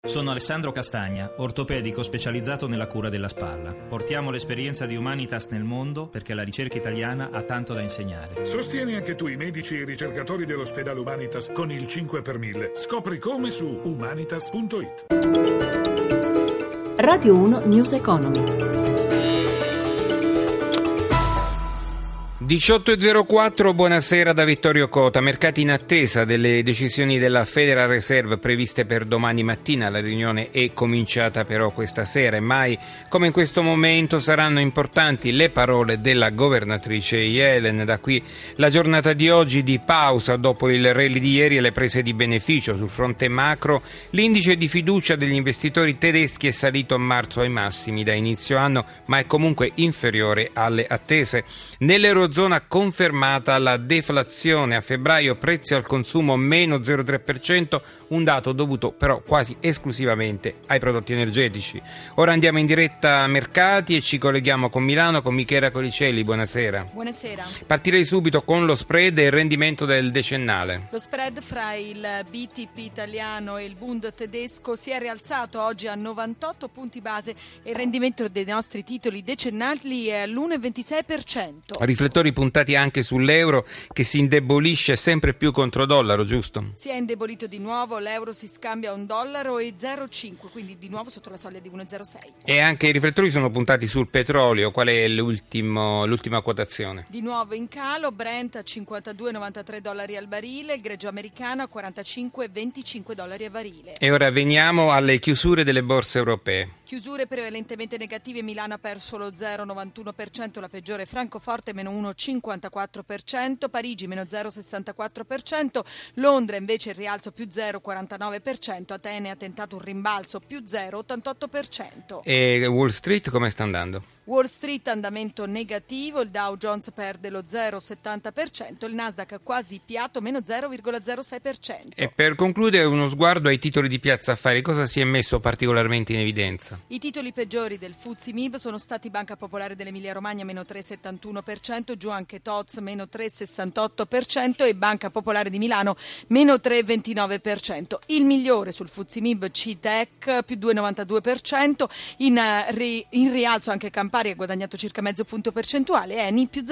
Sono Alessandro Castagna, ortopedico specializzato nella cura della spalla. Portiamo l'esperienza di Humanitas nel mondo perché la ricerca italiana ha tanto da insegnare. Sostieni anche tu i medici e i ricercatori dell'ospedale Humanitas con il 5 per 1000. Scopri come su humanitas.it. Radio 1 News Economy. 18.04, buonasera da Vittorio Cota. Mercati in attesa delle decisioni della Federal Reserve previste per domani mattina. La riunione è cominciata però questa sera e mai come in questo momento saranno importanti le parole della governatrice Yellen. Da qui la giornata di oggi di pausa dopo il rally di ieri e le prese di beneficio sul fronte macro. L'indice di fiducia degli investitori tedeschi è salito a marzo ai massimi da inizio anno, ma è comunque inferiore alle attese. Nell'Eurozona confermata la deflazione, a febbraio prezzi al consumo meno 0,3%, un dato dovuto però quasi esclusivamente ai prodotti energetici. Ora andiamo in diretta a mercati e ci colleghiamo con Milano con Michela Coricelli. Buonasera. Buonasera. Partirei subito con lo spread e il rendimento del decennale. Lo spread fra il BTP italiano e il Bund tedesco si è rialzato oggi a 98 punti base e il rendimento dei nostri titoli decennali è all'1,26%. Riflettori puntati anche sull'euro che si indebolisce sempre più contro dollaro, giusto? Si è indebolito di nuovo, l'euro si scambia a $1,05, quindi di nuovo sotto la soglia di 1,06. E anche i riflettori sono puntati sul petrolio. Qual è l'ultima quotazione? Di nuovo in calo, Brent a $52,93 al barile, il greggio americano a $45,25 a barile. E ora veniamo alle chiusure delle borse europee. Chiusure prevalentemente negative, Milano ha perso lo 0,91%, la peggiore Francoforte meno 1,54%, Parigi meno 0,64%, Londra invece il rialzo più 0,49%, Atene ha tentato un rimbalzo più 0,88%. E Wall Street come sta andando? Wall Street andamento negativo, il Dow Jones perde lo 0,70%, il Nasdaq quasi piatto meno 0,06%. E per concludere uno sguardo ai titoli di Piazza Affari, cosa si è messo particolarmente in evidenza? I titoli peggiori del FTSE MIB sono stati Banca Popolare dell'Emilia Romagna meno 3,71%, giù anche TOZ meno 3,68% e Banca Popolare di Milano meno 3,29%. Il migliore sul FTSE MIB CTEC più 2,92%, in rialzo anche Campari ha guadagnato circa mezzo punto percentuale, Eni più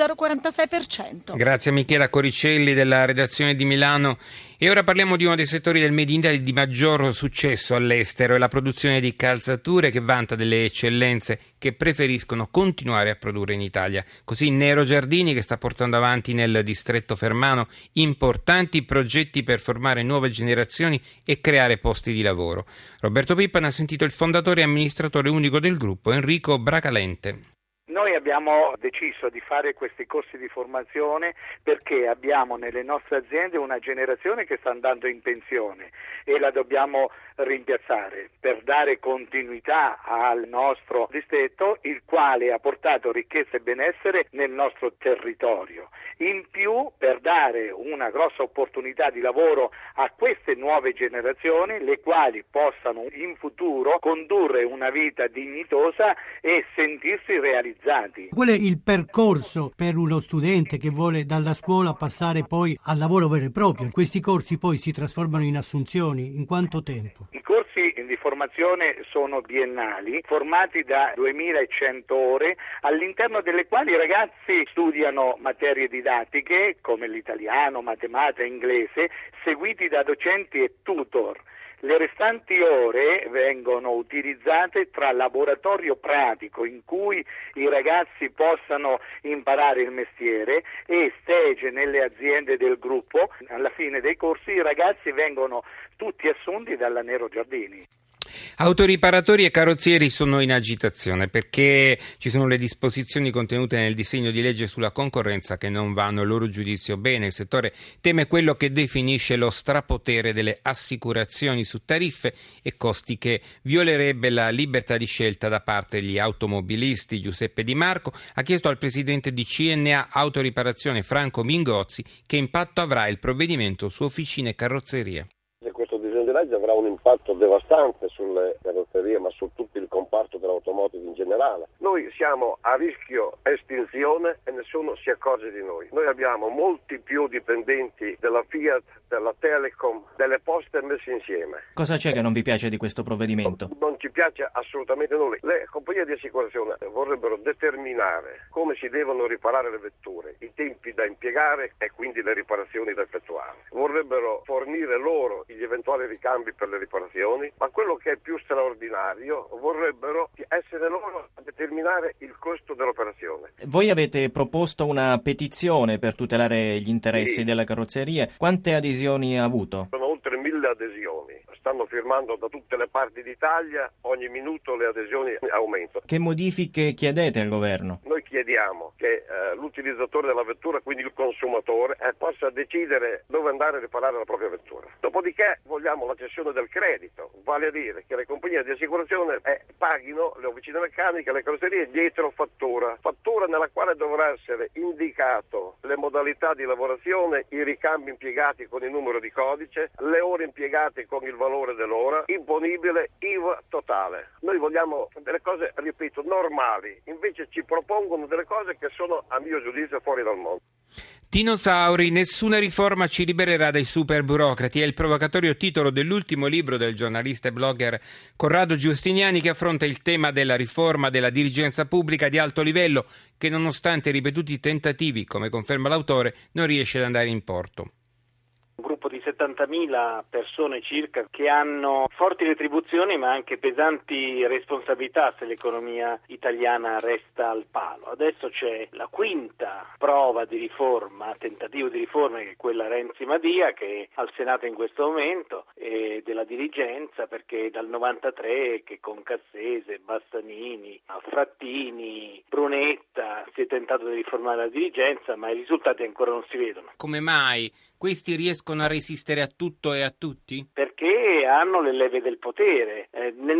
0,46%. Grazie a Michela Coricelli della redazione di Milano. E ora parliamo di uno dei settori del Made in Italy di maggior successo all'estero, è la produzione di calzature che vanta delle eccellenze che preferiscono continuare a produrre in Italia. Così Nero Giardini che sta portando avanti nel distretto fermano importanti progetti per formare nuove generazioni e creare posti di lavoro. Roberto Pippan ha sentito il fondatore e amministratore unico del gruppo, Enrico Bracalente. Noi abbiamo deciso di fare questi corsi di formazione perché abbiamo nelle nostre aziende una generazione che sta andando in pensione e la dobbiamo rimpiazzare per dare continuità al nostro distretto, il quale ha portato ricchezza e benessere nel nostro territorio. In più per dare una grossa opportunità di lavoro a queste nuove generazioni, le quali possano in futuro condurre una vita dignitosa e sentirsi realizzati. Qual è il percorso per uno studente che vuole dalla scuola passare poi al lavoro vero e proprio? Questi corsi poi si trasformano in assunzioni? In quanto tempo? I corsi di formazione sono biennali, formati da 2100 ore, all'interno delle quali i ragazzi studiano materie didattiche come l'italiano, matematica e inglese, seguiti da docenti e tutor. Le restanti ore vengono utilizzate tra laboratorio pratico in cui i ragazzi possano imparare il mestiere e stage nelle aziende del gruppo. Alla fine dei corsi i ragazzi vengono tutti assunti dalla Nero Giardini. Autoriparatori e carrozzieri sono in agitazione perché ci sono le disposizioni contenute nel disegno di legge sulla concorrenza che non vanno a loro giudizio bene. Il settore teme quello che definisce lo strapotere delle assicurazioni su tariffe e costi che violerebbe la libertà di scelta da parte degli automobilisti. Giuseppe Di Marco ha chiesto al presidente di CNA Autoriparazione Franco Mingozzi che impatto avrà il provvedimento su officine e carrozzerie. Questo disegno di legge avrà un impatto devastante sulle carrozzerie, ma su tutto il comparto dell'automotive in generale. Noi siamo a rischio estinzione e nessuno si accorge di noi. Noi abbiamo molti più dipendenti della Fiat, della Telecom, delle poste messe insieme. Cosa c'è che non vi piace di questo provvedimento? Non ci piace assolutamente nulla. Le compagnie di assicurazione vorrebbero determinare come si devono riparare le vetture, i tempi da impiegare e quindi le riparazioni da effettuare. Vorrebbero fornire loro gli eventuali ricambi per le riparazioni, ma quello che è più straordinario, vorrebbero essere loro a determinare il costo dell'operazione. Voi avete proposto una petizione per tutelare gli interessi delle carrozzerie. Quante adesioni ha avuto? Sono oltre 1000 adesioni. Stanno firmando da tutte le parti d'Italia, ogni minuto le adesioni aumentano. Che modifiche chiedete al governo? Noi chiediamo che l'utilizzatore della vettura, quindi il consumatore, possa decidere dove andare a riparare la propria vettura. Dopodiché vogliamo la cessione del credito, vale a dire che le compagnie di assicurazione paghino le officine meccaniche, le carrozzerie dietro fattura nella quale dovrà essere indicato le modalità di lavorazione, i ricambi impiegati con il numero di codice, le ore impiegate con il valore dell'ora, imponibile, IVA totale. Noi vogliamo delle cose, ripeto, normali, invece ci propongono delle cose che sono, a mio giudizio, fuori dal mondo. Tino Sauri, nessuna riforma ci libererà dai super burocrati, è il provocatorio titolo dell'ultimo libro del giornalista e blogger Corrado Giustiniani, che affronta il tema della riforma della dirigenza pubblica di alto livello che, nonostante i ripetuti tentativi, come conferma l'autore, non riesce ad andare in porto. Un gruppo di 70.000 persone circa che hanno forti retribuzioni ma anche pesanti responsabilità se l'economia italiana resta al palo. Adesso c'è la quinta prova di riforma, tentativo di riforma, che è quella Renzi-Madia, che è al Senato in questo momento, e della dirigenza, perché dal 93 che con Cassese, Bassanini, Frattini, Brunetta si è tentato di riformare la dirigenza, ma i risultati ancora non si vedono. Come mai questi riescono a resistere a tutto e a tutti? Perché hanno le leve del potere. Nel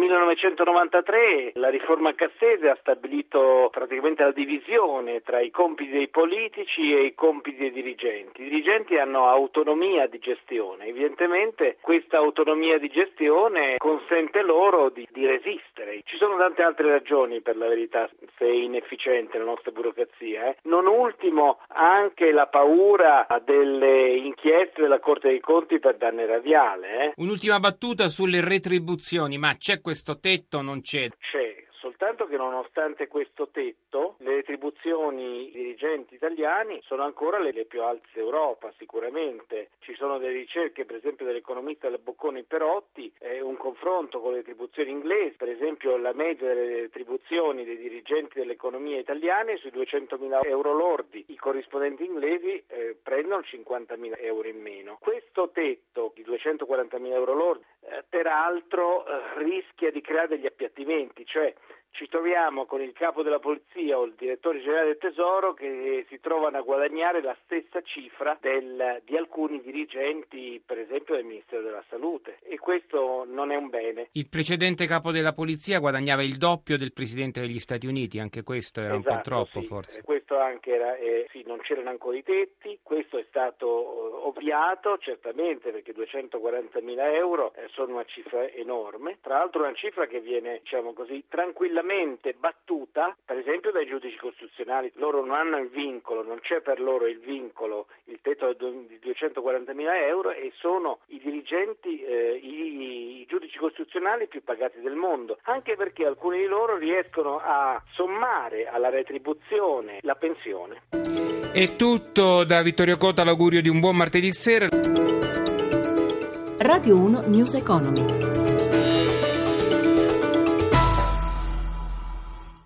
1993 la riforma Cassese ha stabilito praticamente la divisione tra i compiti dei politici e i compiti dei dirigenti. I dirigenti hanno autonomia di gestione, evidentemente questa autonomia di gestione consente loro di resistere. Ci sono tante altre ragioni, per la verità, se è inefficiente la nostra burocrazia. Non ultimo anche la paura delle inchieste della Corte dei Conti per danno erariale. Un'ultima battuta sulle retribuzioni, ma c'è questo tetto o non c'è? C'è. Soltanto che nonostante questo tetto, le retribuzioni dei dirigenti italiani sono ancora le più alte d'Europa, sicuramente. Ci sono delle ricerche, per esempio dell'economista Bocconi Perotti, un confronto con le retribuzioni inglesi. Per esempio la media delle retribuzioni dei dirigenti dell'economia italiana è sui 200.000 euro lordi. I corrispondenti inglesi prendono 50.000 euro in meno. Questo tetto di 240.000 euro lordi, peraltro, rischia di creare degli appiattimenti, cioè ci troviamo con il capo della polizia o il direttore generale del tesoro che si trovano a guadagnare la stessa cifra di alcuni dirigenti, per esempio del Ministero della Salute, e questo non è un bene. Il precedente capo della polizia guadagnava il doppio del presidente degli Stati Uniti, anche questo era un po' troppo, sì. Forse. Questo anche era, non c'erano ancora i tetti, questo è stato ovviato certamente perché 240.000 euro sono una cifra enorme, tra l'altro una cifra che viene, diciamo così, tranquillamente battuta, per esempio dai giudici costituzionali. Loro non hanno il vincolo, non c'è per loro il vincolo, il tetto di 240.000 euro, e sono i dirigenti, i giudici costituzionali più pagati del mondo, anche perché alcuni di loro riescono a sommare alla retribuzione la pensione. È tutto da Vittorio Cota, l'augurio di un buon martedì sera. Radio 1 News Economy.